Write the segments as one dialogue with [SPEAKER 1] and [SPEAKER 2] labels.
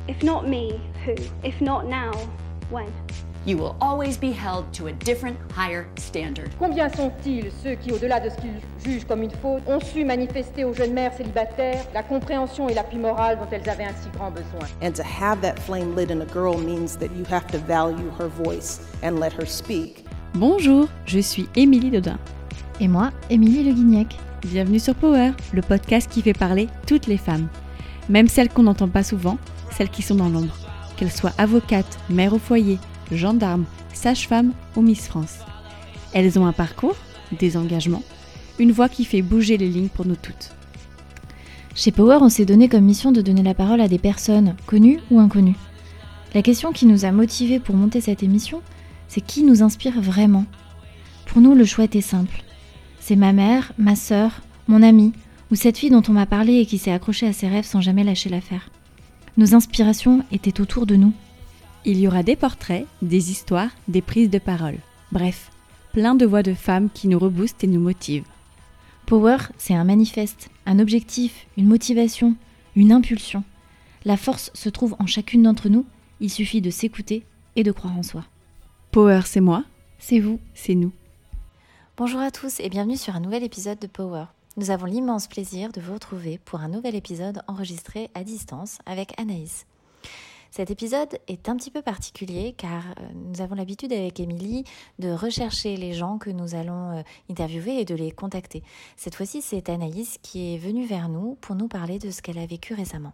[SPEAKER 1] If not me, who? If not now, when?
[SPEAKER 2] You will always be held to a different, higher standard.
[SPEAKER 3] Combien sont-ils ceux qui, au-delà de ce qu'ils jugent comme une faute, ont su manifester aux jeunes mères célibataires la compréhension et l'appui moral dont elles avaient un si grand besoin?
[SPEAKER 4] And to have that flame lit in a girl means that you have to value her voice and let her speak.
[SPEAKER 5] Bonjour, je suis Émilie Dodin.
[SPEAKER 6] Et moi, Émilie Le Guignac.
[SPEAKER 5] Bienvenue sur Power, le podcast qui fait parler toutes les femmes. Même celles qu'on n'entend pas souvent, celles qui sont dans l'ombre. Qu'elles soient avocates, mères au foyer, gendarmes, sages-femmes ou Miss France. Elles ont un parcours, des engagements, une voix qui fait bouger les lignes pour nous toutes.
[SPEAKER 6] Chez Power, on s'est donné comme mission de donner la parole à des personnes, connues ou inconnues. La question qui nous a motivés pour monter cette émission, c'est qui nous inspire vraiment. Pour nous, le choix était simple. C'est ma mère, ma sœur, mon amie, ou cette fille dont on m'a parlé et qui s'est accrochée à ses rêves sans jamais lâcher l'affaire. Nos inspirations étaient autour de nous.
[SPEAKER 5] Il y aura des portraits, des histoires, des prises de parole. Bref, plein de voix de femmes qui nous reboostent et nous motivent.
[SPEAKER 6] Power, c'est un manifeste, un objectif, une motivation, une impulsion. La force se trouve en chacune d'entre nous, il suffit de s'écouter et de croire en soi.
[SPEAKER 5] Power, c'est moi,
[SPEAKER 6] c'est vous,
[SPEAKER 5] c'est nous.
[SPEAKER 6] Bonjour à tous et bienvenue sur un nouvel épisode de Power. Nous avons l'immense plaisir de vous retrouver pour un nouvel épisode enregistré à distance avec Anaïs. Cet épisode est un petit peu particulier car nous avons l'habitude avec Émilie de rechercher les gens que nous allons interviewer et de les contacter. Cette fois-ci, c'est Anaïs qui est venue vers nous pour nous parler de ce qu'elle a vécu récemment.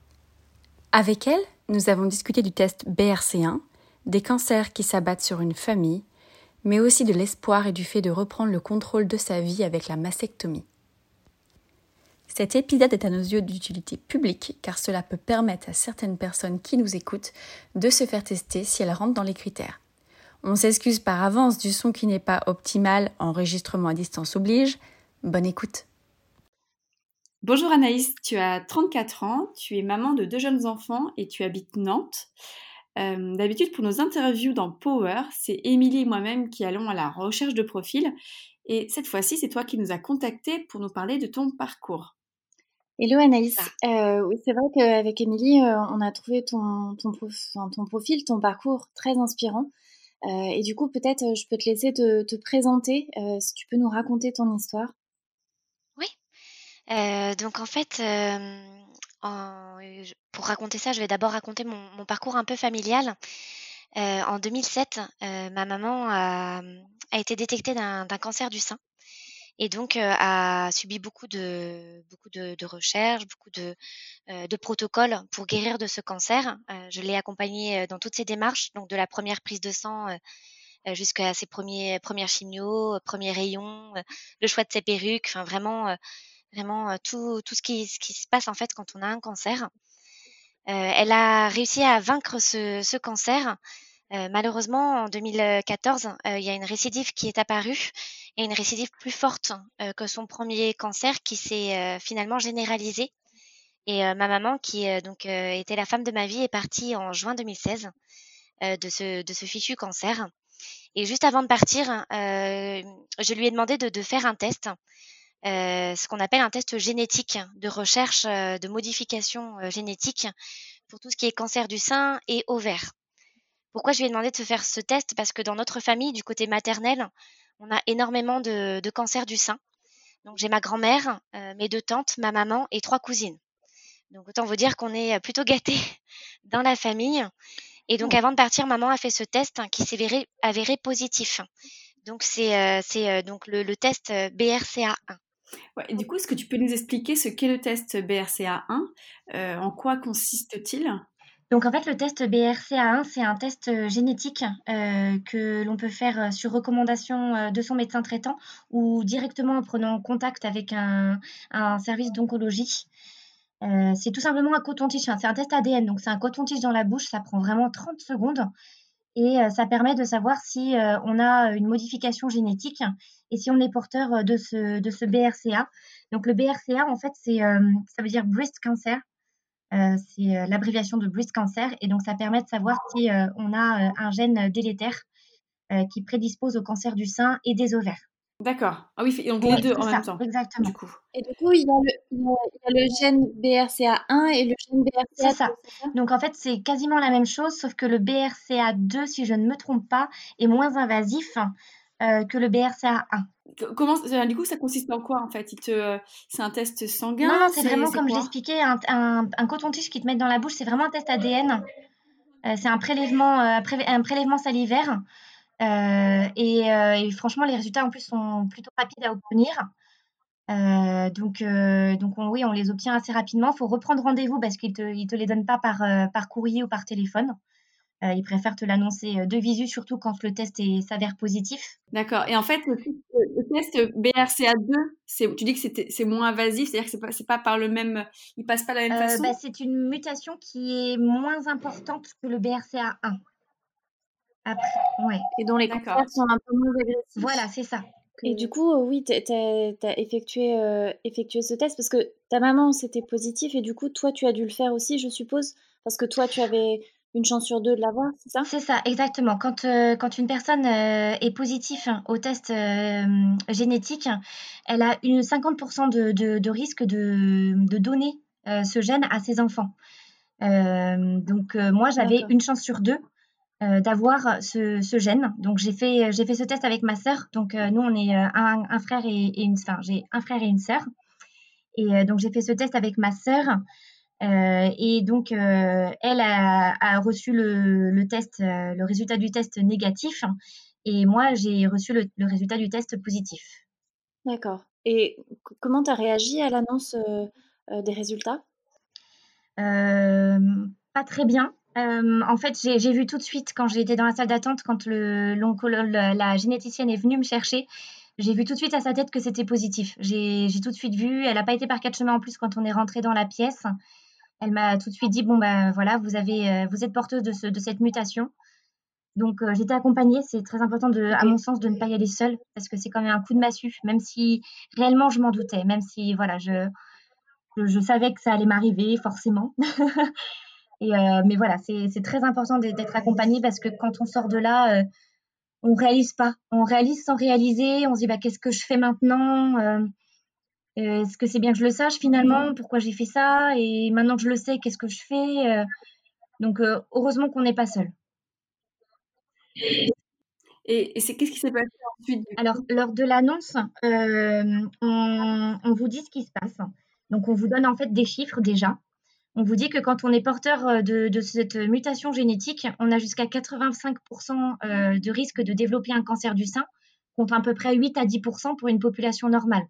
[SPEAKER 7] Avec elle, nous avons discuté du test BRCA1, des cancers qui s'abattent sur une famille, mais aussi de l'espoir et du fait de reprendre le contrôle de sa vie avec la mastectomie. Cet épisode est à nos yeux d'utilité publique car cela peut permettre à certaines personnes qui nous écoutent de se faire tester si elles rentrent dans les critères. On s'excuse par avance du son qui n'est pas optimal, enregistrement à distance oblige. Bonne écoute.
[SPEAKER 5] Bonjour Anaïs, tu as 34 ans, tu es maman de 2 jeunes enfants et tu habites Nantes. D'habitude pour nos interviews dans Power, c'est Émilie et moi-même qui allons à la recherche de profils et cette fois-ci c'est toi qui nous as contactés pour nous parler de ton parcours.
[SPEAKER 6] Hello Anaïs, oui, c'est vrai qu'avec Émilie, on a trouvé ton profil, ton parcours très inspirant. Et du coup, peut-être je peux te laisser te présenter, si tu peux nous raconter ton histoire.
[SPEAKER 8] Oui, donc en fait, pour raconter ça, je vais d'abord raconter mon parcours un peu familial. En 2007, ma maman a été détectée d'un cancer du sein. Et donc a subi beaucoup de recherches, beaucoup de protocoles pour guérir de ce cancer. Je l'ai accompagnée dans toutes ses démarches, donc de la première prise de sang jusqu'à ses premières chimios, premiers rayons, le choix de ses perruques, enfin vraiment tout ce qui se passe en fait quand on a un cancer. Elle a réussi à vaincre ce cancer. Malheureusement, en 2014, il y a une récidive qui est apparue et une récidive plus forte que son premier cancer qui s'est finalement généralisé. Et ma maman, qui était la femme de ma vie, est partie en juin 2016 de ce fichu cancer. Et juste avant de partir, je lui ai demandé de faire un test, ce qu'on appelle un test génétique de recherche de modification génétique pour tout ce qui est cancer du sein et ovaire. Pourquoi je lui ai demandé de se faire ce test ? Parce que dans notre famille, du côté maternel, on a énormément de cancers du sein. Donc j'ai ma grand-mère, mes 2 tantes, ma maman et 3 cousines. Donc autant vous dire qu'on est plutôt gâtés dans la famille. Et donc avant de partir, maman a fait ce test qui s'est avéré positif. Donc c'est donc le test BRCA1.
[SPEAKER 5] Ouais, et du coup, est-ce que tu peux nous expliquer ce qu'est le test BRCA1 ? En quoi consiste-t-il ?
[SPEAKER 8] Donc en fait, le test BRCA1, c'est un test génétique que l'on peut faire sur recommandation de son médecin traitant ou directement en prenant contact avec un service d'oncologie. C'est tout simplement un coton-tige, c'est un test ADN, donc c'est un coton-tige dans la bouche, ça prend vraiment 30 secondes et ça permet de savoir si on a une modification génétique et si on est porteur de ce BRCA. Donc le BRCA, en fait, ça veut dire breast cancer. C'est l'abréviation de breast cancer et donc ça permet de savoir si on a un gène délétère qui prédispose au cancer du sein et des ovaires.
[SPEAKER 5] D'accord. Ah oui, donc
[SPEAKER 8] Oui,
[SPEAKER 5] les deux en
[SPEAKER 8] c'est
[SPEAKER 5] même
[SPEAKER 8] ça,
[SPEAKER 5] temps,
[SPEAKER 8] exactement.
[SPEAKER 5] du coup.
[SPEAKER 7] Et du coup, il y a le gène BRCA1 et le gène
[SPEAKER 8] C'est
[SPEAKER 7] BRCA2,
[SPEAKER 8] ça.
[SPEAKER 7] c'est ça?
[SPEAKER 8] Donc en fait, c'est quasiment la même chose, sauf que le BRCA2, si je ne me trompe pas, est moins invasif que le BRCA1.
[SPEAKER 5] Comment, du coup, ça consiste en quoi en fait? C'est un test sanguin?
[SPEAKER 8] Non, c'est
[SPEAKER 5] C'est
[SPEAKER 8] vraiment, comme je
[SPEAKER 5] quoi?
[SPEAKER 8] l'expliquais, un coton-tige qu'ils te mettent dans la bouche. C'est vraiment un test ADN. C'est un prélèvement salivaire. Et franchement, les résultats en plus sont plutôt rapides à obtenir. Donc oui, on les obtient assez rapidement. Il faut reprendre rendez-vous parce qu'ils te les donnent pas par courrier ou par téléphone. Ils préfèrent te l'annoncer de visu, surtout quand le test s'avère positif.
[SPEAKER 5] D'accord. Et en fait, le test BRCA2, tu dis que c'est moins invasif, c'est-à-dire que c'est pas par le même, il passe pas de la même façon?
[SPEAKER 8] C'est une mutation qui est moins importante que le BRCA1. Après, ouais.
[SPEAKER 7] Et dont les
[SPEAKER 5] D'accord.
[SPEAKER 7] cancers sont un peu moins agressifs.
[SPEAKER 8] Voilà, c'est ça.
[SPEAKER 7] Et du coup, oui, t'as effectué ce test parce que ta maman, c'était positif et du coup, toi, tu as dû le faire aussi, je suppose, parce que toi, tu avais une chance sur 2 de l'avoir, c'est ça?
[SPEAKER 8] C'est ça, exactement. Quand une personne est positive au test génétique, elle a 50% de risque de donner ce gène à ses enfants. Donc moi, j'avais
[SPEAKER 7] D'accord.
[SPEAKER 8] une chance sur 2 d'avoir ce gène. Donc j'ai fait ce test avec ma sœur. Donc nous, on est un frère et une sœur. J'ai un frère et une sœur. Et donc j'ai fait ce test avec ma sœur. Et donc elle a reçu le test, le résultat du test négatif. Et moi, j'ai reçu le résultat du test positif.
[SPEAKER 7] D'accord. Et comment t'as réagi à l'annonce des résultats?
[SPEAKER 8] Pas très bien. En fait, j'ai vu tout de suite quand j'étais dans la salle d'attente, quand la généticienne est venue me chercher, j'ai vu tout de suite à sa tête que c'était positif. J'ai tout de suite vu. Elle n'a pas été par 4 chemins en plus quand on est rentré dans la pièce. Elle m'a tout de suite dit, bon, ben voilà, vous êtes porteuse de cette mutation. Donc, j'étais accompagnée. C'est très important, à mon sens, de ne pas y aller seule, parce que c'est quand même un coup de massue, même si réellement je m'en doutais, même si voilà, je savais que ça allait m'arriver forcément. Mais voilà, c'est très important d'être accompagné parce que quand on sort de là, on réalise pas. On réalise sans réaliser. On se dit, bah, qu'est-ce que je fais maintenant? Est-ce que c'est bien que je le sache finalement? Pourquoi j'ai fait ça? Et maintenant que je le sais, qu'est-ce que je fais? Donc, heureusement qu'on n'est pas seul.
[SPEAKER 5] Et qu'est-ce qui s'est passé ensuite?
[SPEAKER 8] Alors, lors de l'annonce, on vous dit ce qui se passe. Donc, on vous donne en fait des chiffres déjà. On vous dit que quand on est porteur de cette mutation génétique, on a jusqu'à 85% de risque de développer un cancer du sein, contre à peu près 8 à 10% pour une population normale.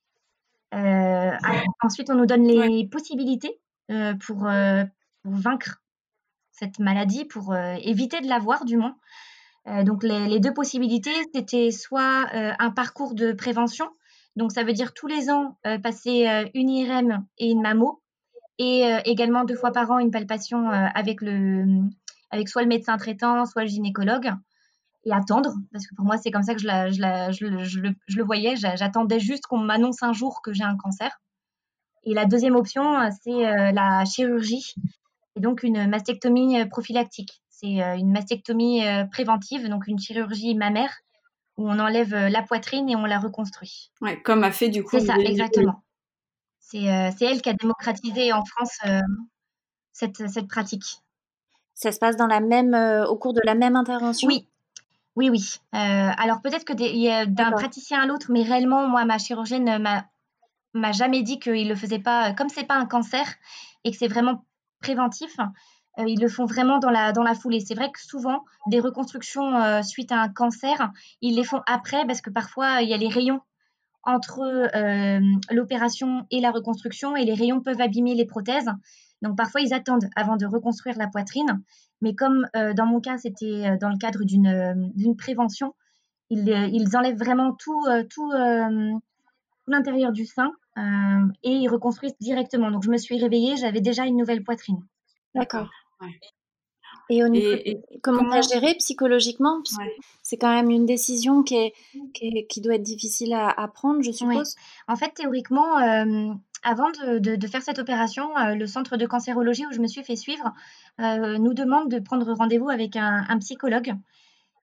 [SPEAKER 8] Ensuite, on nous donne les possibilités pour vaincre cette maladie, pour éviter de l'avoir du moins. Donc les 2 possibilités, c'était soit un parcours de prévention, donc ça veut dire tous les ans passer une IRM et une mammo, et également 2 fois par an une palpation avec soit le médecin traitant, soit le gynécologue, et attendre, parce que pour moi c'est comme ça que je le voyais, j'attendais juste qu'on m'annonce un jour que j'ai un cancer. Et la deuxième option, c'est la chirurgie, et donc une mastectomie prophylactique. C'est une mastectomie préventive, donc une chirurgie mammaire où on enlève la poitrine et on la reconstruit.
[SPEAKER 5] Ouais, comme a fait du coup.
[SPEAKER 8] C'est ça, exactement. C'est elle qui a démocratisé en France cette pratique.
[SPEAKER 7] Ça se passe au cours de la même intervention?
[SPEAKER 8] Oui. Alors peut-être que d'un praticien à l'autre, mais réellement, moi, ma chirurgienne m'a jamais dit qu'il le faisait pas. Comme c'est pas un cancer et que c'est vraiment préventif, ils le font vraiment dans la foulée. C'est vrai que souvent, des reconstructions suite à un cancer, ils les font après parce que parfois, il y a les rayons entre l'opération et la reconstruction, et les rayons peuvent abîmer les prothèses. Donc parfois, ils attendent avant de reconstruire la poitrine. Mais comme dans mon cas, c'était dans le cadre d'une prévention, ils enlèvent vraiment tout l'intérieur du sein et ils reconstruisent directement. Donc je me suis réveillée, j'avais déjà une nouvelle poitrine.
[SPEAKER 7] D'accord.
[SPEAKER 5] Ouais.
[SPEAKER 7] Et comment tu as géré psychologiquement? Parce que c'est quand même une décision qui doit être difficile à prendre, je suppose.
[SPEAKER 8] Oui. En fait, théoriquement, avant de faire cette opération, le centre de cancérologie où je me suis fait suivre nous demande de prendre rendez-vous avec un psychologue.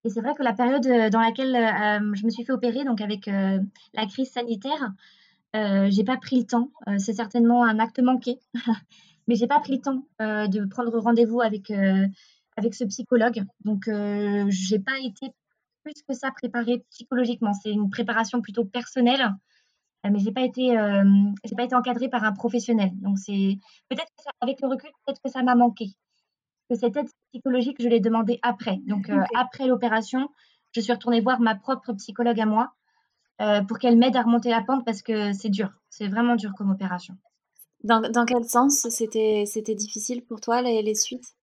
[SPEAKER 9] Et c'est vrai que la période dans laquelle je me suis fait opérer, donc avec la crise sanitaire, j'ai pas pris le temps. C'est certainement un acte manqué, mais j'ai pas pris le temps de prendre rendez-vous avec ce psychologue. Donc, j'ai pas été plus que ça préparée psychologiquement. C'est une préparation plutôt personnelle, mais j'ai pas été encadrée par un professionnel. Donc, c'est peut-être que avec le recul, peut-être que ça m'a manqué. Que cette aide psychologique, je l'ai demandée après. Donc, après l'opération, je suis retournée voir ma propre psychologue à moi pour qu'elle m'aide à remonter la pente parce que c'est dur. C'est vraiment dur comme opération.
[SPEAKER 6] Dans quel sens c'était difficile pour toi, les suites?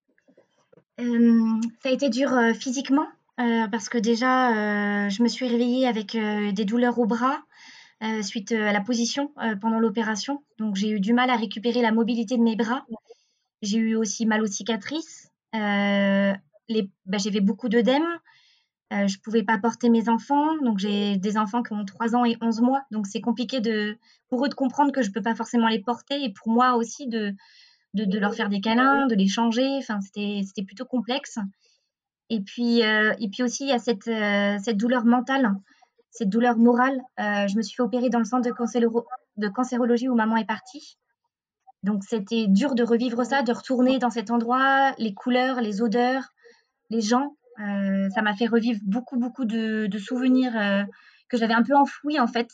[SPEAKER 9] Ça a été dur physiquement parce que déjà, je me suis réveillée avec des douleurs au bras suite à la position pendant l'opération. Donc, j'ai eu du mal à récupérer la mobilité de mes bras. J'ai eu aussi mal aux cicatrices. J'avais beaucoup d'œdème. Je ne pouvais pas porter mes enfants. Donc, j'ai des enfants qui ont 3 ans et 11 mois. Donc, c'est compliqué pour eux de comprendre que je ne peux pas forcément les porter. Et pour moi aussi, de leur faire des câlins, de les changer. Enfin, c'était plutôt complexe. Et puis aussi, il y a cette douleur mentale, cette douleur morale. Je me suis fait opérer dans le centre de cancérologie où maman est partie. Donc, c'était dur de revivre ça, de retourner dans cet endroit, les couleurs, les odeurs, les gens. Ça m'a fait revivre beaucoup, beaucoup de souvenirs que j'avais un peu enfouis, en fait.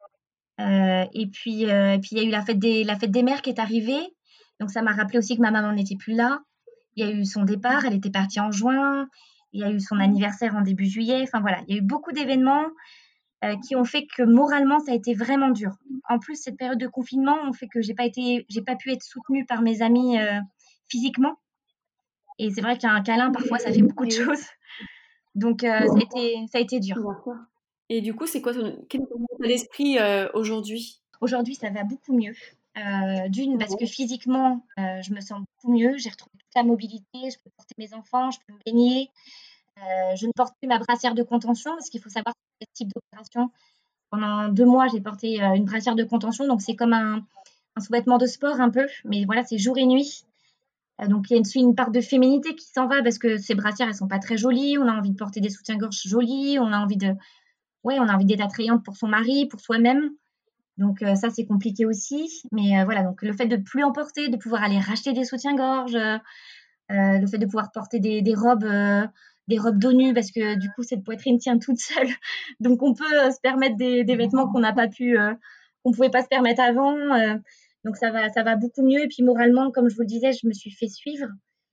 [SPEAKER 9] Et puis, il y a eu la fête des mères qui est arrivée. Donc, ça m'a rappelé aussi que ma maman n'était plus là. Il y a eu son départ, elle était partie en juin. Il y a eu son anniversaire en début juillet. Enfin, voilà, il y a eu beaucoup d'événements qui ont fait que moralement, ça a été vraiment dur. En plus, cette période de confinement ont fait que j'ai pas pu être soutenue par mes amis physiquement. Et c'est vrai qu'un câlin, parfois, ça fait beaucoup de choses. Donc, ça a été dur.
[SPEAKER 5] Et du coup, quel est ton état d'esprit aujourd'hui?
[SPEAKER 9] Aujourd'hui, ça va beaucoup mieux. Parce que physiquement, je me sens beaucoup mieux. J'ai retrouvé toute la mobilité. Je peux porter mes enfants, je peux me baigner. Je ne porte plus ma brassière de contention parce qu'il faut savoir que ce type d'opération, pendant 2 mois, j'ai porté une brassière de contention. Donc, c'est comme un sous-vêtement de sport un peu. Mais voilà, c'est jour et nuit. Donc, il y a une part de féminité qui s'en va parce que ces brassières, elles sont pas très jolies. On a envie de porter des soutiens-gorge jolis. On a envie d'être attrayante pour son mari, pour soi-même. Donc, ça, c'est compliqué aussi. Mais voilà, donc le fait de plus en porter, de pouvoir aller racheter des soutiens-gorge, le fait de pouvoir porter des robes dos nus parce que du coup, cette poitrine tient toute seule. Donc, on peut se permettre des vêtements qu'on pouvait pas se permettre avant. Donc, ça va beaucoup mieux. Et puis, moralement, comme je vous le disais, je me suis fait suivre.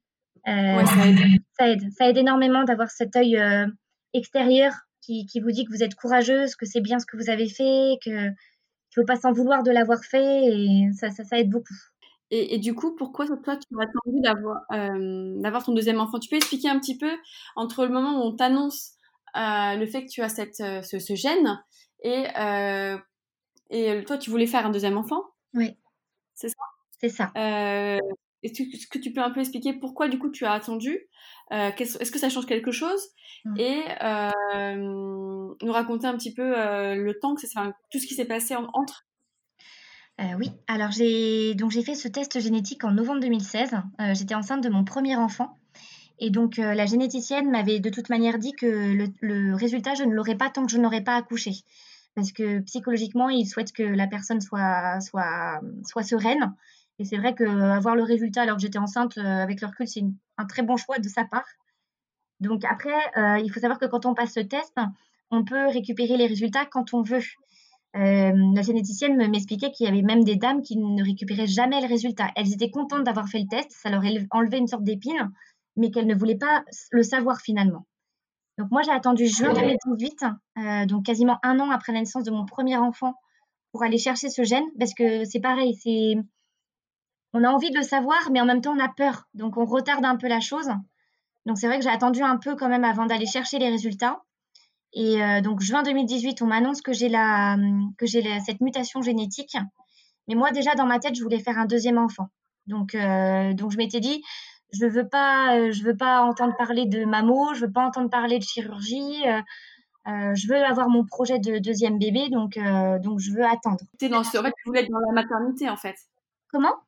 [SPEAKER 9] Ça aide énormément d'avoir cet œil extérieur qui vous dit que vous êtes courageuse, que c'est bien ce que vous avez fait, qu'il ne faut pas s'en vouloir de l'avoir fait. Et ça aide beaucoup.
[SPEAKER 5] Et du coup, pourquoi toi, tu as attendu d'avoir ton deuxième enfant? Tu peux expliquer un petit peu entre le moment où on t'annonce le fait que tu as ce gène et toi, tu voulais faire un deuxième enfant?
[SPEAKER 9] Oui.
[SPEAKER 5] C'est ça?
[SPEAKER 9] C'est ça.
[SPEAKER 5] Est-ce que tu peux un peu expliquer pourquoi, du coup, tu as attendu? Est-ce que ça change quelque chose? Et nous raconter un petit peu le temps, tout ce qui s'est passé entre.
[SPEAKER 9] Oui, alors j'ai fait ce test génétique en novembre 2016. J'étais enceinte de mon premier enfant. Et donc, la généticienne m'avait de toute manière dit que le résultat, je ne l'aurais pas tant que je n'aurais pas accouché. Parce que psychologiquement, ils souhaitent que la personne soit sereine. Et c'est vrai qu'avoir le résultat alors que j'étais enceinte, avec le recul, c'est un très bon choix de sa part. Donc après, il faut savoir que quand on passe ce test, on peut récupérer les résultats quand on veut. La généticienne m'expliquait qu'il y avait même des dames qui ne récupéraient jamais le résultat. Elles étaient contentes d'avoir fait le test, ça leur enlevait une sorte d'épine, mais qu'elles ne voulaient pas le savoir finalement. Donc moi, j'ai attendu juin 2018, donc quasiment 1 an après la naissance de mon premier enfant, pour aller chercher ce gène, parce que c'est pareil, on a envie de le savoir, mais en même temps, on a peur. Donc on retarde un peu la chose. Donc c'est vrai que j'ai attendu un peu quand même avant d'aller chercher les résultats. Et donc, juin 2018, on m'annonce que j'ai cette mutation génétique. Mais moi, déjà, dans ma tête, je voulais faire un deuxième enfant. Donc je m'étais dit, je veux pas entendre parler de mammo, je veux pas entendre parler de chirurgie. Je veux avoir mon projet de deuxième bébé, donc je veux attendre.
[SPEAKER 5] En fait, tu voulais être dans la maternité, en fait.
[SPEAKER 9] Comment ?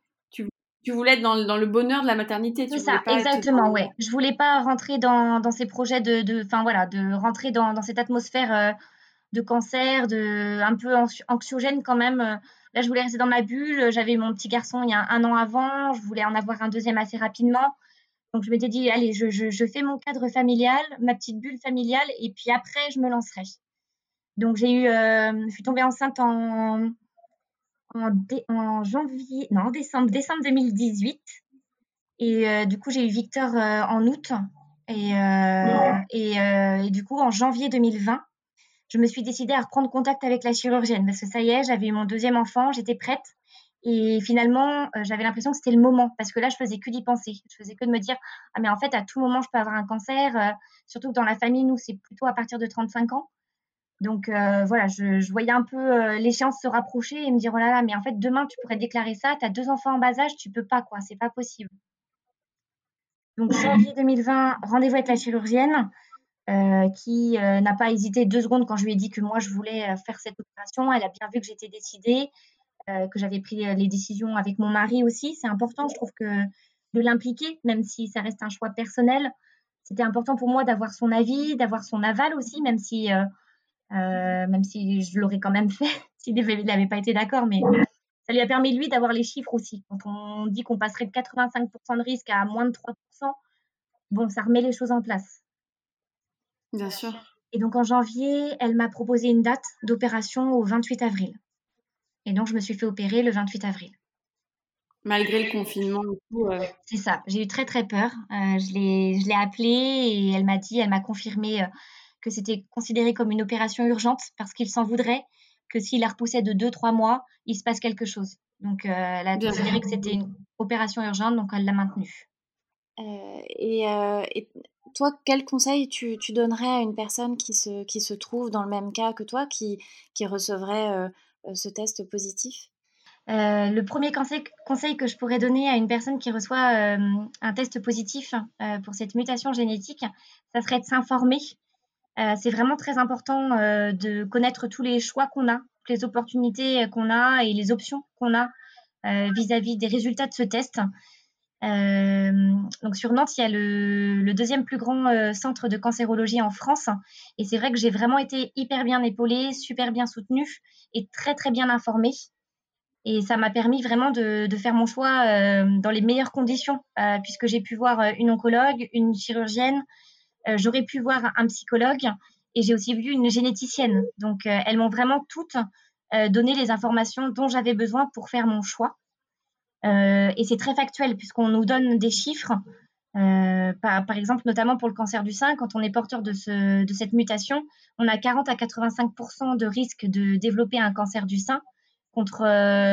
[SPEAKER 5] Tu voulais être dans le bonheur de la maternité,
[SPEAKER 9] C'est
[SPEAKER 5] tu voulais
[SPEAKER 9] ça,
[SPEAKER 5] pas être
[SPEAKER 9] exactement, ouais. Je voulais pas rentrer dans ces projets enfin voilà, de rentrer dans cette atmosphère de cancer, un peu anxiogène quand même. Là, je voulais rester dans ma bulle. J'avais eu mon petit garçon il y a 1 an avant. Je voulais en avoir un deuxième assez rapidement. Donc, je m'étais dit, allez, je fais mon cadre familial, ma petite bulle familiale, et puis après, je me lancerai. Donc, je suis tombée enceinte en décembre 2018. Et du coup, j'ai eu Victor en août. Et du coup, en janvier 2020, je me suis décidée à reprendre contact avec la chirurgienne parce que ça y est, j'avais eu mon deuxième enfant, j'étais prête. Et finalement, j'avais l'impression que c'était le moment parce que là, je faisais que d'y penser. Je faisais que de me dire, ah mais en fait, à tout moment, je peux avoir un cancer. Surtout que dans la famille, nous, c'est plutôt à partir de 35 ans. Donc voilà, je voyais un peu l'échéance se rapprocher et me dire, oh là là, mais en fait, demain, tu pourrais déclarer ça. Tu as 2 enfants en bas âge, tu peux pas, quoi. C'est pas possible. Donc janvier 2020, rendez-vous avec la chirurgienne. Qui n'a pas hésité 2 secondes quand je lui ai dit que moi, je voulais faire cette opération. Elle a bien vu que j'étais décidée, que j'avais pris les décisions avec mon mari aussi. C'est important, je trouve, de l'impliquer, même si ça reste un choix personnel. C'était important pour moi d'avoir son avis, d'avoir son aval aussi, même si je l'aurais quand même fait s'il n'avait pas été d'accord. Mais ça lui a permis, lui, d'avoir les chiffres aussi. Quand on dit qu'on passerait de 85% de risque à moins de 3%, bon, ça remet les choses en place.
[SPEAKER 5] Bien sûr.
[SPEAKER 9] Et donc en janvier, elle m'a proposé une date d'opération au 28 avril. Et donc je me suis fait opérer le 28 avril.
[SPEAKER 5] Malgré le confinement et tout.
[SPEAKER 9] C'est ça, j'ai eu très très peur. Je l'ai appelée et elle m'a confirmé que c'était considéré comme une opération urgente parce qu'il s'en voudrait que s'il la repoussait de 2-3 mois, il se passe quelque chose. Donc elle a considéré que c'était une opération urgente, donc elle l'a maintenue.
[SPEAKER 6] Et toi, quel conseil tu donnerais à une personne qui se trouve dans le même cas que toi, qui recevrait ce test positif?
[SPEAKER 9] Le premier conseil que je pourrais donner à une personne qui reçoit un test positif pour cette mutation génétique, ça serait de s'informer. C'est vraiment très important de connaître tous les choix qu'on a, toutes les opportunités qu'on a et les options qu'on a vis-à-vis des résultats de ce test. Donc sur Nantes, il y a le deuxième plus grand centre de cancérologie en France. Et c'est vrai que j'ai vraiment été hyper bien épaulée, super bien soutenue et très très bien informée. Et ça m'a permis vraiment de faire mon choix dans les meilleures conditions, puisque j'ai pu voir une oncologue, une chirurgienne, j'aurais pu voir un psychologue et j'ai aussi vu une généticienne. Donc, elles m'ont vraiment toutes donné les informations dont j'avais besoin pour faire mon choix. Et c'est très factuel puisqu'on nous donne des chiffres. Par exemple, notamment pour le cancer du sein, quand on est porteur de cette mutation, on a 40 à 85% de risque de développer un cancer du sein contre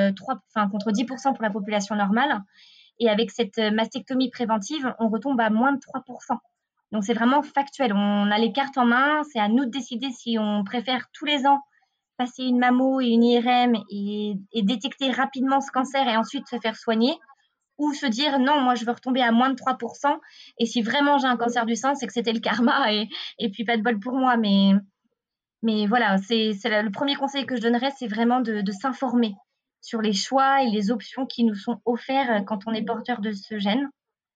[SPEAKER 9] 10% pour la population normale. Et avec cette mastectomie préventive, on retombe à moins de 3%. Donc, c'est vraiment factuel. On a les cartes en main. C'est à nous de décider si on préfère tous les ans passer une mammo et une IRM et détecter rapidement ce cancer et ensuite se faire soigner, ou se dire non, moi je veux retomber à moins de 3%. Et si vraiment j'ai un cancer du sein, c'est que c'était le karma et puis pas de bol pour moi. Mais voilà, c'est le premier conseil que je donnerais, c'est vraiment de s'informer sur les choix et les options qui nous sont offerts quand on est porteur de ce gène.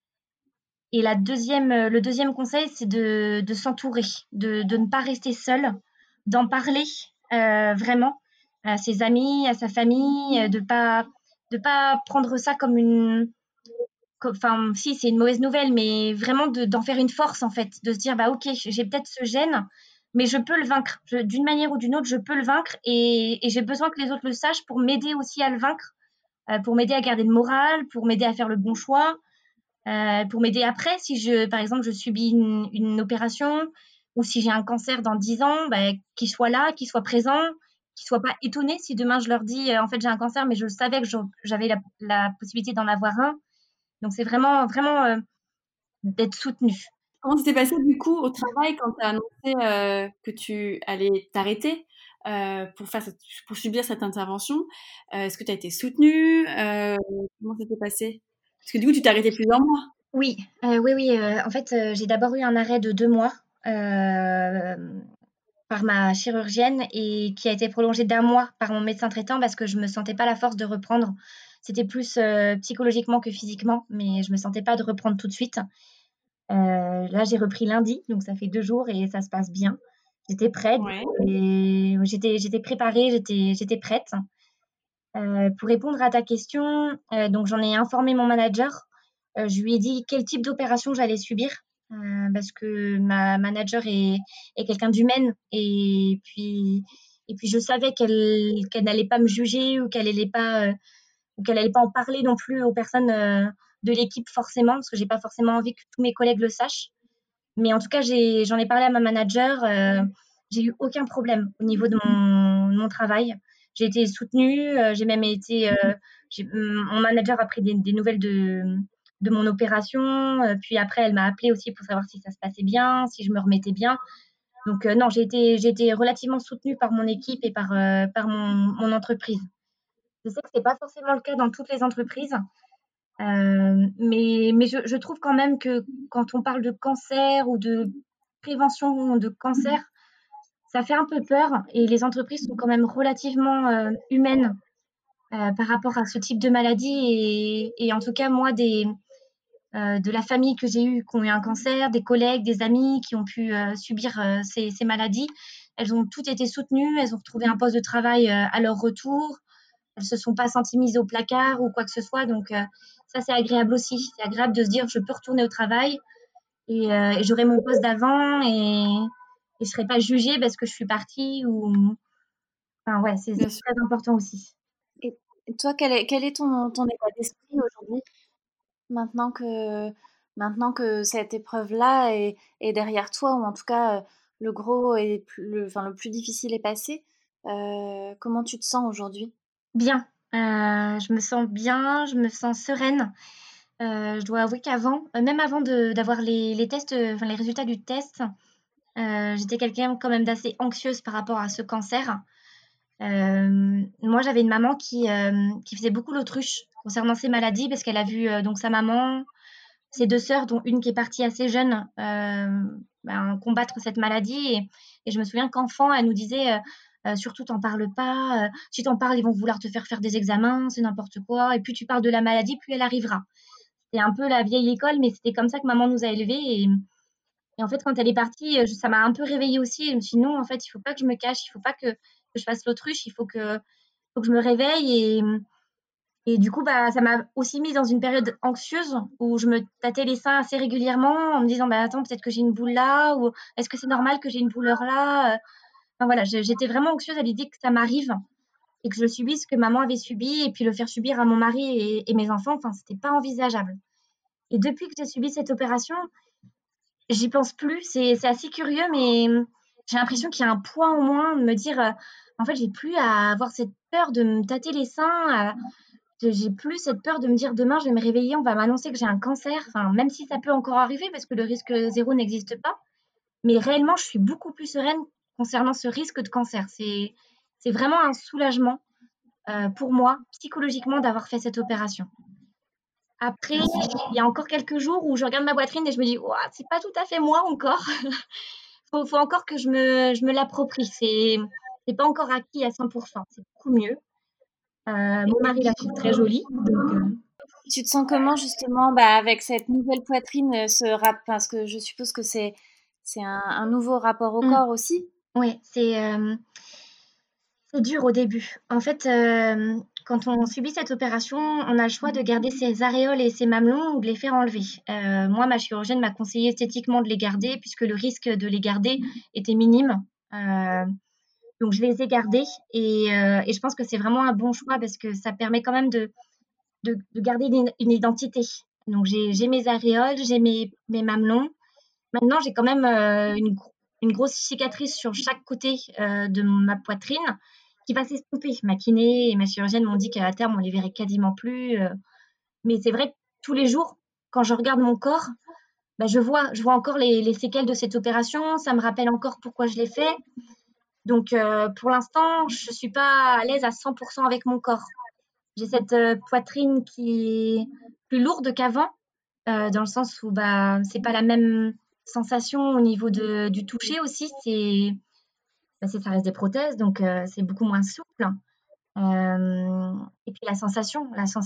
[SPEAKER 9] Et le deuxième conseil, c'est de s'entourer, de ne pas rester seul, d'en parler vraiment à ses amis, à sa famille, de pas prendre ça comme enfin, si, c'est une mauvaise nouvelle, mais vraiment d'en faire une force, en fait, de se dire, bah ok, j'ai peut-être ce gène, mais je peux le vaincre. D'une manière ou d'une autre, je peux le vaincre et j'ai besoin que les autres le sachent pour m'aider aussi à le vaincre, pour m'aider à garder le moral, pour m'aider à faire le bon choix. Pour m'aider après, si par exemple, je subis une opération ou si j'ai un cancer dans 10 ans, qu'il soit là, qu'il soit présent, qu'il soit pas étonné si demain je leur dis en fait j'ai un cancer, mais je savais que j'avais la possibilité d'en avoir un. Donc c'est vraiment, vraiment d'être soutenu.
[SPEAKER 5] Comment ça s'est passé du coup au travail quand tu as annoncé que tu allais t'arrêter pour subir cette intervention? Est-ce que tu as été soutenue? Comment ça s'est passé? Parce que du coup, tu t'es arrêtée plusieurs mois.
[SPEAKER 9] Oui. En fait, j'ai d'abord eu un arrêt de 2 mois par ma chirurgienne et qui a été prolongé d'1 mois par mon médecin traitant parce que je me sentais pas la force de reprendre C'était plus psychologiquement que physiquement, mais je me sentais pas de reprendre tout de suite. Là, j'ai repris lundi, donc ça fait 2 jours et ça se passe bien. J'étais prête et j'étais préparée, j'étais prête. Pour répondre à ta question, donc j'en ai informé mon manager. Je lui ai dit quel type d'opération j'allais subir, parce que ma manager est quelqu'un d'humaine et puis je savais qu'elle n'allait pas me juger ou qu'elle allait pas en parler non plus aux personnes de l'équipe forcément, parce que j'ai pas forcément envie que tous mes collègues le sachent. Mais en tout cas, j'en ai parlé à ma manager. J'ai eu aucun problème au niveau de mon travail. J'ai été soutenue. J'ai même été. Mon manager a pris des nouvelles de mon opération. Puis après, elle m'a appelée aussi pour savoir si ça se passait bien, si je me remettais bien. Donc non, j'ai été relativement soutenue par mon équipe et par mon entreprise. Je sais que c'est pas forcément le cas dans toutes les entreprises. Mais je trouve quand même que quand on parle de cancer ou de prévention de cancer, ça fait un peu peur et les entreprises sont quand même relativement humaines par rapport à ce type de maladie. Et en tout cas, moi, de la famille que j'ai eue qui ont eu un cancer, des collègues, des amis qui ont pu subir ces maladies, elles ont toutes été soutenues, elles ont retrouvé un poste de travail à leur retour. Elles se sont pas senties mises au placard ou quoi que ce soit. Donc, ça, c'est agréable aussi. C'est agréable de se dire je peux retourner au travail et j'aurai mon poste d'avant et je serai pas jugée parce que je suis partie. Enfin, ouais, c'est très important aussi.
[SPEAKER 6] Et toi, quel est ton état d'esprit aujourd'hui, maintenant que cette épreuve-là est derrière toi, ou en tout cas le gros et le plus difficile est passé, comment tu te sens aujourd'hui?
[SPEAKER 9] Bien. Je me sens bien, je me sens sereine. Je dois avouer qu'avant, même avant d'avoir les tests, enfin les résultats du test, j'étais quelqu'un quand même d'assez anxieuse par rapport à ce cancer. Moi, j'avais une maman qui faisait beaucoup l'autruche concernant ces maladies parce qu'elle a vu donc sa maman, ses 2 sœurs, dont une qui est partie assez jeune, combattre cette maladie. Et je me souviens qu'enfant, elle nous disait surtout, t'en parles pas. Si t'en parles, ils vont vouloir te faire des examens, c'est n'importe quoi. Et plus tu parles de la maladie, plus elle arrivera. C'est un peu la vieille école, mais c'était comme ça que maman nous a élevés. Et en fait, quand elle est partie, ça m'a un peu réveillée aussi. Je me suis dit non, en fait, il faut pas que je me cache, il faut pas que je fasse l'autruche, il faut que je me réveille. Et du coup, ça m'a aussi mise dans une période anxieuse où je me tâtais les seins assez régulièrement en me disant attends, peut-être que j'ai une boule là, ou est-ce que c'est normal que j'ai une douleur là. Enfin voilà, j'étais vraiment anxieuse à l'idée que ça m'arrive et que je subisse ce que maman avait subi et puis le faire subir à mon mari et mes enfants. Enfin, c'était pas envisageable. Et depuis que j'ai subi cette opération, j'y pense plus. C'est assez curieux, mais j'ai l'impression qu'il y a un poids en moins de me dire en fait, j'ai plus à avoir cette peur de me tâter les seins. J'ai plus cette peur de me dire demain je vais me réveiller, on va m'annoncer que j'ai un cancer. Enfin, même si ça peut encore arriver parce que le risque zéro n'existe pas. Mais réellement, je suis beaucoup plus sereine concernant ce risque de cancer. C'est vraiment un soulagement pour moi, psychologiquement, d'avoir fait cette opération. Après, il y a encore quelques jours où je regarde ma poitrine et je me dis ouah, c'est pas tout à fait moi encore. faut encore que je me l'approprie. C'est pas encore acquis à 100%. C'est beaucoup mieux. Mon mari la trouve très jolie. Donc,
[SPEAKER 6] tu te sens comment justement avec cette nouvelle poitrine, parce que je suppose que c'est un nouveau rapport au corps aussi?
[SPEAKER 9] Oui, c'est dur au début. En fait, quand on subit cette opération, on a le choix de garder ses aréoles et ses mamelons ou de les faire enlever. Moi, ma chirurgienne m'a conseillé esthétiquement de les garder puisque le risque de les garder était minime. Donc je les ai gardés et je pense que c'est vraiment un bon choix parce que ça permet quand même de garder une identité. Donc j'ai mes aréoles, j'ai mes mamelons. Maintenant, j'ai quand même une grosse cicatrice sur chaque côté de ma poitrine qui va s'estomper. Ma kiné et ma chirurgienne m'ont dit qu'à terme, on les verrait quasiment plus. Mais c'est vrai que tous les jours, quand je regarde mon corps, je vois encore les séquelles de cette opération. Ça me rappelle encore pourquoi je l'ai fait. Donc, pour l'instant, je ne suis pas à l'aise à 100% avec mon corps. J'ai cette poitrine qui est plus lourde qu'avant, dans le sens où c'est pas la même sensation au niveau du toucher aussi. Ça reste des prothèses, donc c'est beaucoup moins souple. Et puis la sensation,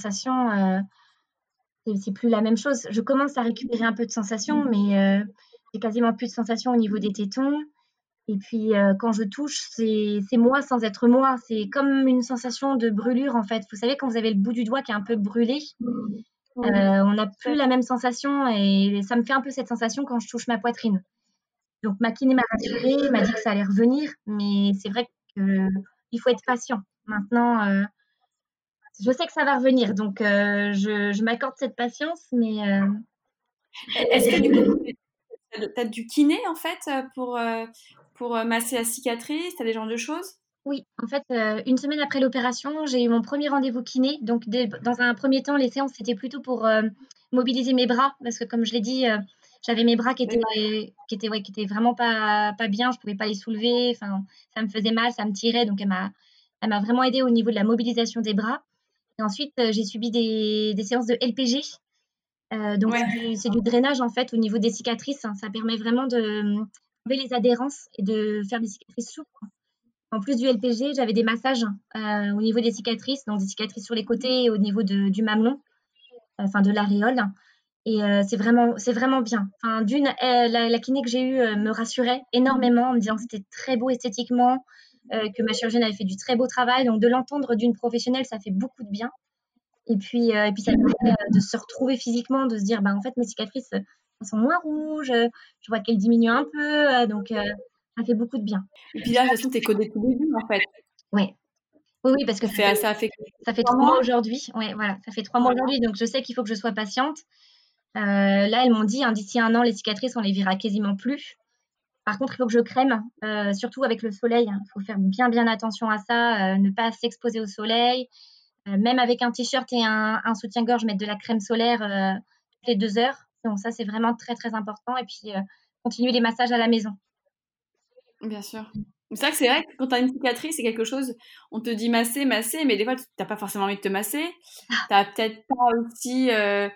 [SPEAKER 9] c'est plus la même chose. Je commence à récupérer un peu de sensation, mais j'ai quasiment plus de sensation au niveau des tétons. Et puis quand je touche, c'est moi sans être moi. C'est comme une sensation de brûlure en fait. Vous savez quand vous avez le bout du doigt qui est un peu brûlé, on n'a plus la même sensation et ça me fait un peu cette sensation quand je touche ma poitrine. Donc ma kiné m'a rassurée, m'a dit que ça allait revenir, mais c'est vrai qu'il faut être patient. Maintenant, je sais que ça va revenir, donc je m'accorde cette patience, mais
[SPEAKER 7] Est-ce que du coup, tu as du kiné en fait pour masser la cicatrice? Tu as des genres de choses?
[SPEAKER 9] oui, en fait, une semaine après l'opération, j'ai eu mon premier rendez-vous kiné. Donc dans un premier temps, les séances, c'était plutôt pour mobiliser mes bras, parce que comme je l'ai dit, j'avais mes bras qui étaient vraiment pas bien, je pouvais pas les soulever, enfin, ça me faisait mal, ça me tirait, donc elle m'a vraiment aidée au niveau de la mobilisation des bras. Et ensuite, j'ai subi des séances de LPG. Donc c'est du drainage en fait au niveau des cicatrices, hein. Ça permet vraiment d'enlever les adhérences et de faire des cicatrices souples, quoi. En plus du LPG, j'avais des massages au niveau des cicatrices, donc des cicatrices sur les côtés et au niveau du mamelon, enfin de l'aréole. Et c'est vraiment bien. Enfin, la kiné que j'ai eue me rassurait énormément en me disant que c'était très beau esthétiquement, que ma chirurgienne avait fait du très beau travail. Donc de l'entendre d'une professionnelle, ça fait beaucoup de bien. Et puis ça permet de se retrouver physiquement, de se dire, bah, en fait, mes cicatrices, elles sont moins rouges, je vois qu'elles diminuent un peu, donc ça fait beaucoup de bien.
[SPEAKER 7] Et puis là, de toute façon, t'es qu'au début en fait.
[SPEAKER 9] Ouais. Oui, parce que ça fait 3 mois aujourd'hui. Ouais, voilà, ça fait 3 mois aujourd'hui, donc je sais qu'il faut que je sois patiente. Là, elles m'ont dit, hein, d'ici 1 an, les cicatrices, on les verra quasiment plus. Par contre, il faut que je crème, surtout avec le soleil. Il faut faire bien, bien attention à ça, ne pas s'exposer au soleil. Même avec un t-shirt et un soutien-gorge, mettre de la crème solaire toutes les 2 heures. Donc ça, c'est vraiment très, très important. Et puis, continuer les massages à la maison.
[SPEAKER 7] Bien sûr. C'est vrai que quand tu as une cicatrice, c'est quelque chose, on te dit masser, mais des fois, tu n'as pas forcément envie de te masser. Tu n'as peut-être pas aussi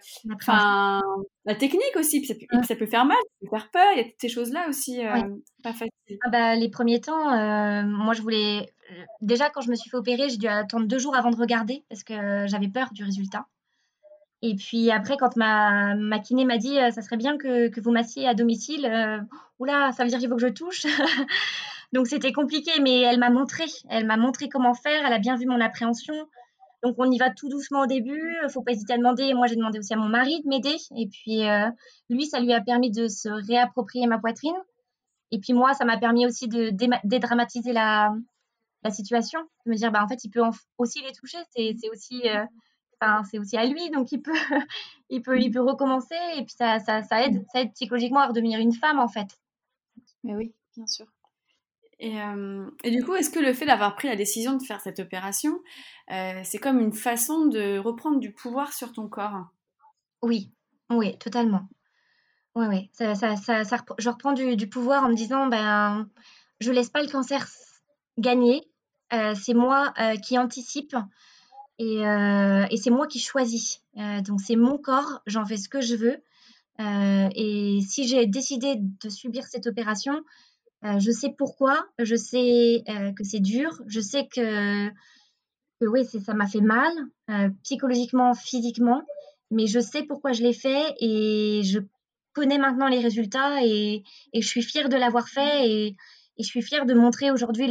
[SPEAKER 7] la technique aussi, puis ça peut faire mal, ça peut faire peur, il y a toutes ces choses-là aussi, pas faciles.
[SPEAKER 9] Ah bah, les premiers temps, moi, je voulais... Déjà, quand je me suis fait opérer, j'ai dû attendre 2 jours avant de regarder parce que j'avais peur du résultat. Et puis après, quand ma kiné m'a dit ça serait bien que vous massiez à domicile, oula, ça veut dire qu'il faut que je touche. Donc c'était compliqué, mais elle m'a montré comment faire, elle a bien vu mon appréhension. Donc on y va tout doucement au début, faut pas hésiter à demander. Moi, j'ai demandé aussi à mon mari de m'aider. Et puis lui, ça lui a permis de se réapproprier ma poitrine. Et puis moi, ça m'a permis aussi de dédramatiser la situation, de me dire, bah, en fait, il peut aussi les toucher, c'est aussi à lui, donc il peut recommencer, et puis ça aide psychologiquement à redevenir une femme, en fait.
[SPEAKER 7] Mais oui, bien sûr. Et du coup, est-ce que le fait d'avoir pris la décision de faire cette opération, c'est comme une façon de reprendre du pouvoir sur ton corps?
[SPEAKER 9] Oui, totalement. Oui. Je reprends du pouvoir en me disant, ben, je laisse pas le cancer gagner, c'est moi qui anticipe. Et c'est moi qui choisis. Donc c'est mon corps, j'en fais ce que je veux. Et si j'ai décidé de subir cette opération, je sais pourquoi, je sais que c'est dur, je sais que oui, ça m'a fait mal, psychologiquement, physiquement, mais je sais pourquoi je l'ai fait et je connais maintenant les résultats et je suis fière de l'avoir fait et je suis fière de montrer aujourd'hui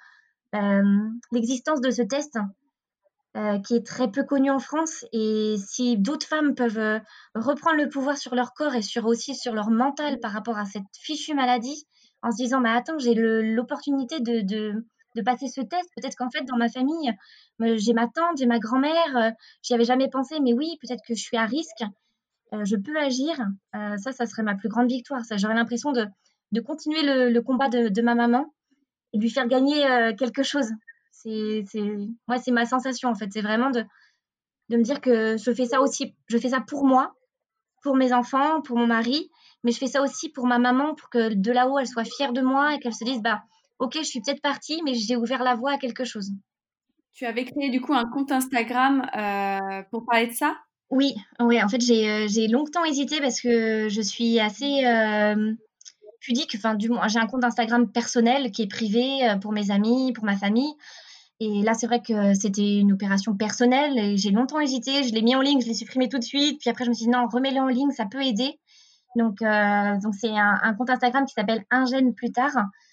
[SPEAKER 9] l'existence de ce test. Qui est très peu connu en France, et si d'autres femmes peuvent reprendre le pouvoir sur leur corps et aussi sur leur mental par rapport à cette fichue maladie, en se disant bah attends, j'ai l'opportunité de passer ce test, peut-être qu'en fait dans ma famille j'ai ma tante, j'ai ma grand-mère, j'y avais jamais pensé, mais oui, peut-être que je suis à risque, je peux agir, ça serait ma plus grande victoire, ça, j'aurais l'impression de continuer le combat de ma maman et de lui faire gagner quelque chose. C'est ma sensation en fait, c'est vraiment de me dire que je fais ça pour moi, pour mes enfants, pour mon mari, mais je fais ça aussi pour ma maman, pour que de là-haut elle soit fière de moi et qu'elle se dise bah ok, je suis peut-être partie, mais j'ai ouvert la voie à quelque chose.
[SPEAKER 7] Tu avais créé du coup un compte Instagram pour parler de ça?
[SPEAKER 9] Oui, en fait j'ai longtemps hésité parce que je suis assez pudique, enfin du moins j'ai un compte Instagram personnel qui est privé pour mes amis, pour ma famille. Et là, c'est vrai que c'était une opération personnelle et j'ai longtemps hésité. Je l'ai mis en ligne, je l'ai supprimé tout de suite. Puis après, je me suis dit non, remets-le en ligne, ça peut aider. Donc c'est un compte Instagram qui s'appelle Un gène plus tard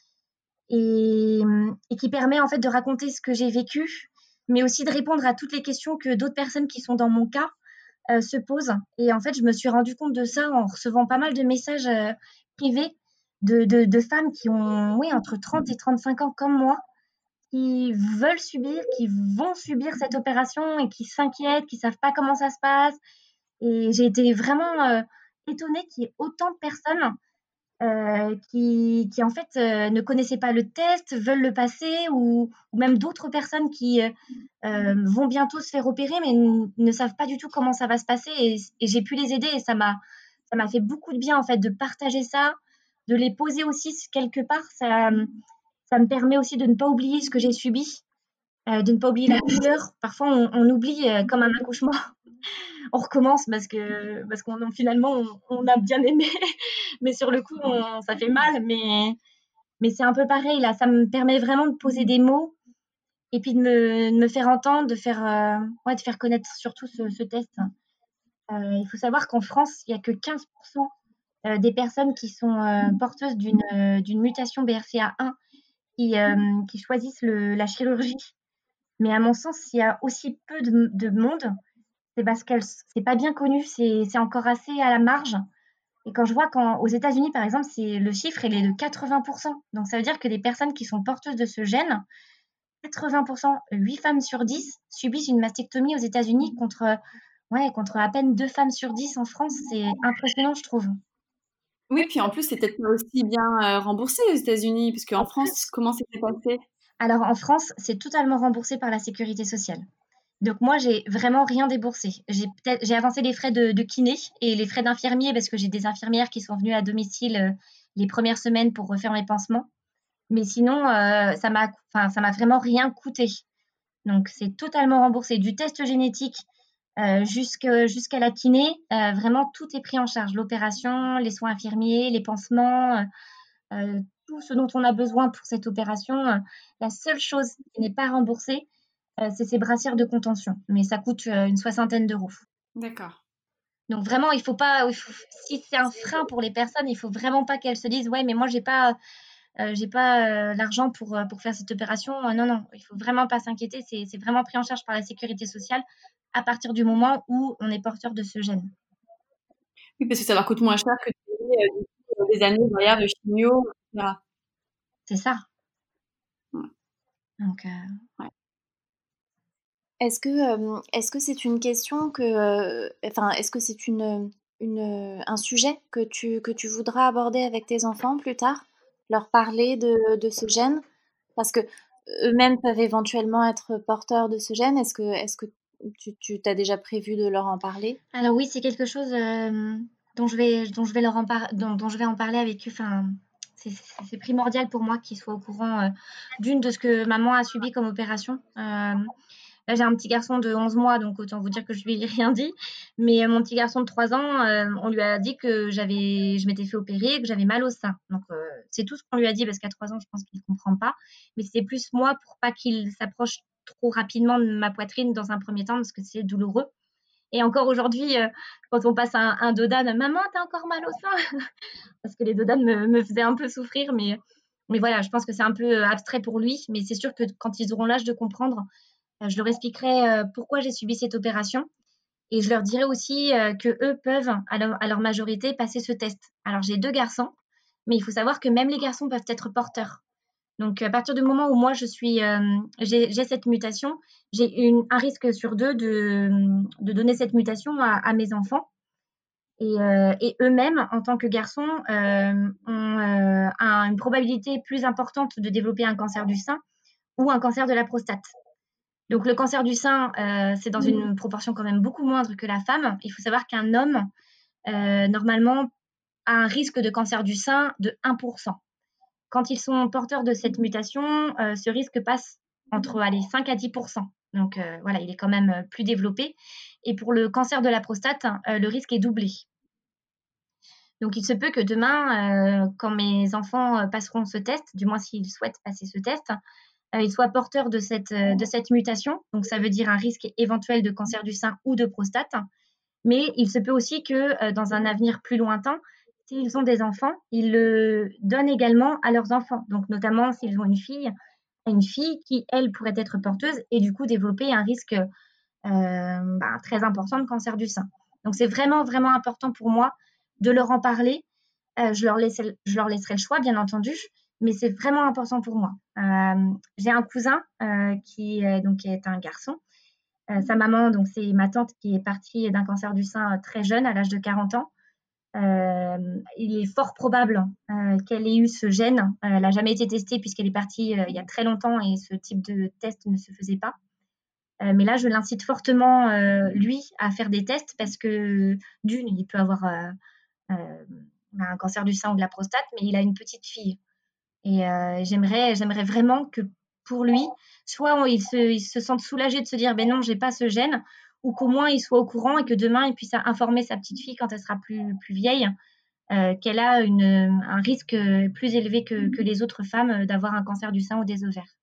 [SPEAKER 9] et qui permet en fait de raconter ce que j'ai vécu, mais aussi de répondre à toutes les questions que d'autres personnes qui sont dans mon cas se posent. Et en fait, je me suis rendu compte de ça en recevant pas mal de messages privés de femmes qui ont entre 30 et 35 ans comme moi, qui veulent subir, qui vont subir cette opération et qui s'inquiètent, qui savent pas comment ça se passe. Et j'ai été vraiment étonnée qu'il y ait autant de personnes qui en fait ne connaissaient pas le test, veulent le passer, ou même d'autres personnes qui vont bientôt se faire opérer mais ne savent pas du tout comment ça va se passer. Et j'ai pu les aider et ça m'a fait beaucoup de bien en fait de partager ça, de les poser aussi quelque part. Ça me permet aussi de ne pas oublier ce que j'ai subi, de ne pas oublier la douleur. Parfois, on oublie comme un accouchement. On recommence parce qu'on finalement, on a bien aimé. Mais sur le coup, ça fait mal. Mais c'est un peu pareil. Là, ça me permet vraiment de poser des mots et puis de me faire entendre, de faire connaître surtout ce test. Il faut savoir qu'en France, il n'y a que 15% des personnes qui sont porteuses d'une mutation BRCA1 qui choisissent la chirurgie. Mais à mon sens, s'il y a aussi peu de monde, c'est parce que c'est pas bien connu, c'est encore assez à la marge. Et quand je vois qu'aux États-Unis, par exemple, le chiffre il est de 80%. Donc ça veut dire que les personnes qui sont porteuses de ce gène, 80%, 8 femmes sur 10 subissent une mastectomie aux États-Unis contre à peine 2 femmes sur 10 en France. C'est impressionnant, je trouve.
[SPEAKER 5] Oui, puis en plus, c'est peut-être pas aussi bien remboursé aux États-Unis, parce qu'en France, comment ça s'est passé?
[SPEAKER 9] Alors en France, c'est totalement remboursé par la sécurité sociale. Donc moi, j'ai vraiment rien déboursé. J'ai avancé les frais de kiné et les frais d'infirmier parce que j'ai des infirmières qui sont venues à domicile les premières semaines pour refaire mes pansements. Mais sinon, ça m'a vraiment rien coûté. Donc c'est totalement remboursé. Du test génétique jusqu'à la kiné, vraiment tout est pris en charge. L'opération, les soins infirmiers, les pansements, tout ce dont on a besoin pour cette opération. La seule chose qui n'est pas remboursée, c'est ces brassières de contention. Mais ça coûte une 60aine d'euros.
[SPEAKER 5] D'accord.
[SPEAKER 9] Donc vraiment, si c'est un frein pour les personnes, il faut vraiment pas qu'elles se disent ouais, mais moi j'ai pas l'argent pour faire cette opération. Non, il faut vraiment pas s'inquiéter. C'est vraiment pris en charge par la sécurité sociale à partir du moment où on est porteur de ce gène.
[SPEAKER 5] Oui, parce que ça leur coûte moins cher que des années derrière de chimio, etc.
[SPEAKER 9] C'est ça.
[SPEAKER 5] Ouais.
[SPEAKER 9] Donc,
[SPEAKER 5] ouais.
[SPEAKER 6] Est-ce que c'est une question est-ce que c'est un sujet que tu voudras aborder avec tes enfants plus tard, leur parler de ce gène, parce que eux-mêmes peuvent éventuellement être porteurs de ce gène. Est-ce que tu t'as déjà prévu de leur en parler?
[SPEAKER 9] Alors oui, c'est quelque chose dont je vais en parler avec eux. Enfin, c'est primordial pour moi qu'ils soient au courant de ce que maman a subi comme opération. Là, j'ai un petit garçon de 11 mois, donc autant vous dire que je lui ai rien dit. Mais mon petit garçon de 3 ans, on lui a dit que je m'étais fait opérer, que j'avais mal au sein. Donc, c'est tout ce qu'on lui a dit parce qu'à 3 ans, je pense qu'il ne comprend pas. Mais c'est plus moi pour pas qu'il s'approche trop rapidement de ma poitrine dans un premier temps parce que c'est douloureux. Et encore aujourd'hui, quand on passe un dodan, maman, t'as encore mal au sein parce que les dodans me faisaient un peu souffrir. Mais voilà, je pense que c'est un peu abstrait pour lui. Mais c'est sûr que quand ils auront l'âge de comprendre, je leur expliquerai pourquoi j'ai subi cette opération et je leur dirai aussi que eux peuvent, à leur majorité, passer ce test. Alors, j'ai 2 garçons, mais il faut savoir que même les garçons peuvent être porteurs. Donc, à partir du moment où moi, j'ai cette mutation, j'ai un risque sur 2 de donner cette mutation à mes enfants. Et eux-mêmes, en tant que garçons, ont une probabilité plus importante de développer un cancer du sein ou un cancer de la prostate. Donc, le cancer du sein, c'est dans une proportion quand même beaucoup moindre que la femme. Il faut savoir qu'un homme, normalement, a un risque de cancer du sein de 1%. Quand ils sont porteurs de cette mutation, ce risque passe entre 5 à 10%. Donc, voilà, il est quand même plus développé. Et pour le cancer de la prostate, le risque est doublé. Donc, il se peut que demain, quand mes enfants passeront ce test, du moins s'ils souhaitent passer ce test, il soit porteur de cette mutation. Donc, ça veut dire un risque éventuel de cancer du sein ou de prostate. Mais il se peut aussi que dans un avenir plus lointain, s'ils ont des enfants, ils le donnent également à leurs enfants. Donc, notamment s'ils ont une fille qui, elle, pourrait être porteuse et du coup développer un risque très important de cancer du sein. Donc, c'est vraiment, vraiment important pour moi de leur en parler. Je leur laisserai le choix, bien entendu, mais c'est vraiment important pour moi. J'ai un cousin qui est un garçon. Sa maman, donc c'est ma tante qui est partie d'un cancer du sein très jeune, à l'âge de 40 ans. Il est fort probable qu'elle ait eu ce gène. Elle n'a jamais été testée puisqu'elle est partie il y a très longtemps et ce type de test ne se faisait pas. Mais là, je l'incite fortement, lui, à faire des tests parce que d'une, il peut avoir un cancer du sein ou de la prostate, mais il a une petite fille. Et j'aimerais vraiment que pour lui, soit il se sente soulagé de se dire ben non, j'ai pas ce gène, ou qu'au moins il soit au courant et que demain il puisse informer sa petite fille quand elle sera plus vieille qu'elle a un risque plus élevé que les autres femmes d'avoir un cancer du sein ou des ovaires.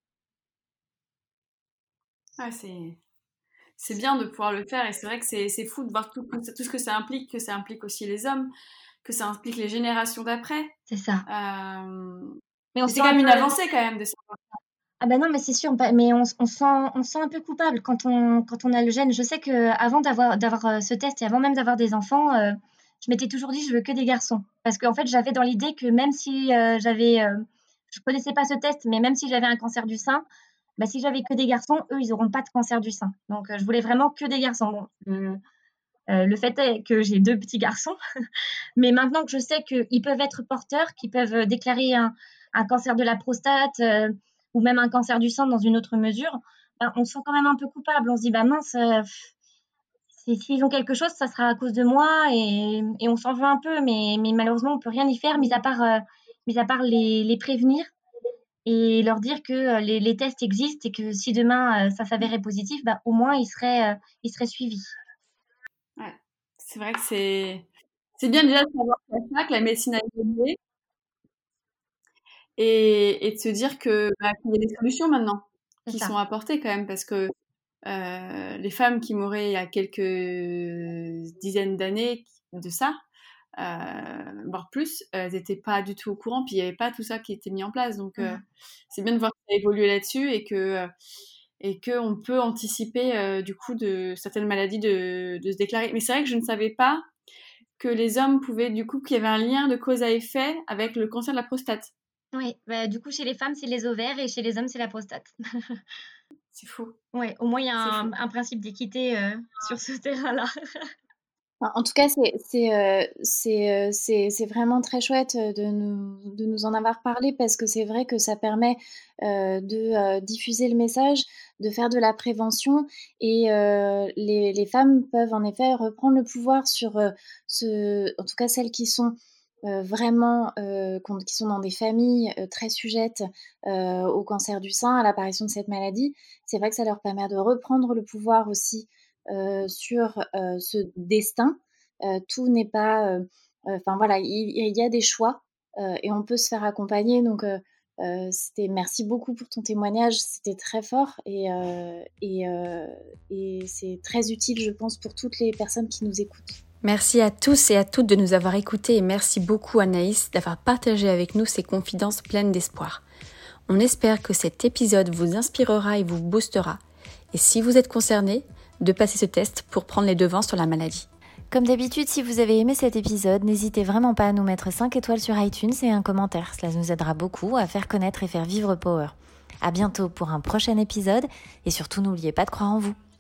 [SPEAKER 5] Ouais, c'est bien de pouvoir le faire et c'est vrai que c'est fou de voir tout ce que ça implique aussi les hommes, que ça implique les générations d'après.
[SPEAKER 9] C'est ça.
[SPEAKER 5] Mais c'est quand même une avancée quand même de savoir ça.
[SPEAKER 9] Ah ben non, mais c'est sûr, mais on se sent un peu coupable quand on a le gène. Je sais qu'avant d'avoir ce test et avant même d'avoir des enfants, je m'étais toujours dit je veux que des garçons. Parce qu'en fait, j'avais dans l'idée que même si je connaissais pas ce test, mais même si j'avais un cancer du sein, si j'avais que des garçons, eux, ils n'auront pas de cancer du sein. Donc, je voulais vraiment que des garçons. Bon, le fait est que j'ai 2 petits garçons, mais maintenant que je sais qu'ils peuvent être porteurs, qu'ils peuvent déclarer un cancer de la prostate ou même un cancer du sein dans une autre mesure, on se sent quand même un peu coupable. On se dit, mince, s'ils ont quelque chose, ça sera à cause de moi et on s'en veut un peu, mais malheureusement, on ne peut rien y faire, mis à part les prévenir et leur dire que les tests existent et que si demain ça s'avérait positif, au moins ils seraient suivis.
[SPEAKER 5] Ouais, c'est vrai que c'est bien déjà de savoir que la médecine a évolué et de se dire qu'il y a des solutions maintenant qui sont apportées quand même parce que les femmes qui mouraient il y a quelques dizaines d'années de ça, voire plus, elles n'étaient pas du tout au courant, puis il n'y avait pas tout ça qui était mis en place. Donc, c'est bien de voir que ça a évolué là-dessus et qu'on peut anticiper du coup de certaines maladies de se déclarer. Mais c'est vrai que je ne savais pas que les hommes pouvaient, du coup, qu'il y avait un lien de cause à effet avec le cancer de la prostate.
[SPEAKER 9] Oui, du coup, chez les femmes, c'est les ovaires et chez les hommes, c'est la prostate.
[SPEAKER 5] C'est fou.
[SPEAKER 9] Oui, au moins, il y a un principe d'équité sur ce terrain-là.
[SPEAKER 6] En tout cas, c'est vraiment très chouette de nous en avoir parlé parce que c'est vrai que ça permet de diffuser le message, de faire de la prévention et les femmes peuvent en effet reprendre le pouvoir sur en tout cas celles qui sont vraiment qui sont dans des familles très sujettes au cancer du sein, à l'apparition de cette maladie. C'est vrai que ça leur permet de reprendre le pouvoir aussi sur ce destin. Tout n'est pas... Enfin voilà, il y a des choix et on peut se faire accompagner. Donc merci beaucoup pour ton témoignage, c'était très fort et c'est très utile, je pense, pour toutes les personnes qui nous écoutent.
[SPEAKER 7] Merci à tous et à toutes de nous avoir écoutés et merci beaucoup Anaïs d'avoir partagé avec nous ces confidences pleines d'espoir. On espère que cet épisode vous inspirera et vous boostera. Et si vous êtes concerné, de passer ce test pour prendre les devants sur la maladie.
[SPEAKER 6] Comme d'habitude, si vous avez aimé cet épisode, n'hésitez vraiment pas à nous mettre 5 étoiles sur iTunes et un commentaire. Cela nous aidera beaucoup à faire connaître et faire vivre Power. À bientôt pour un prochain épisode et surtout n'oubliez pas de croire en vous.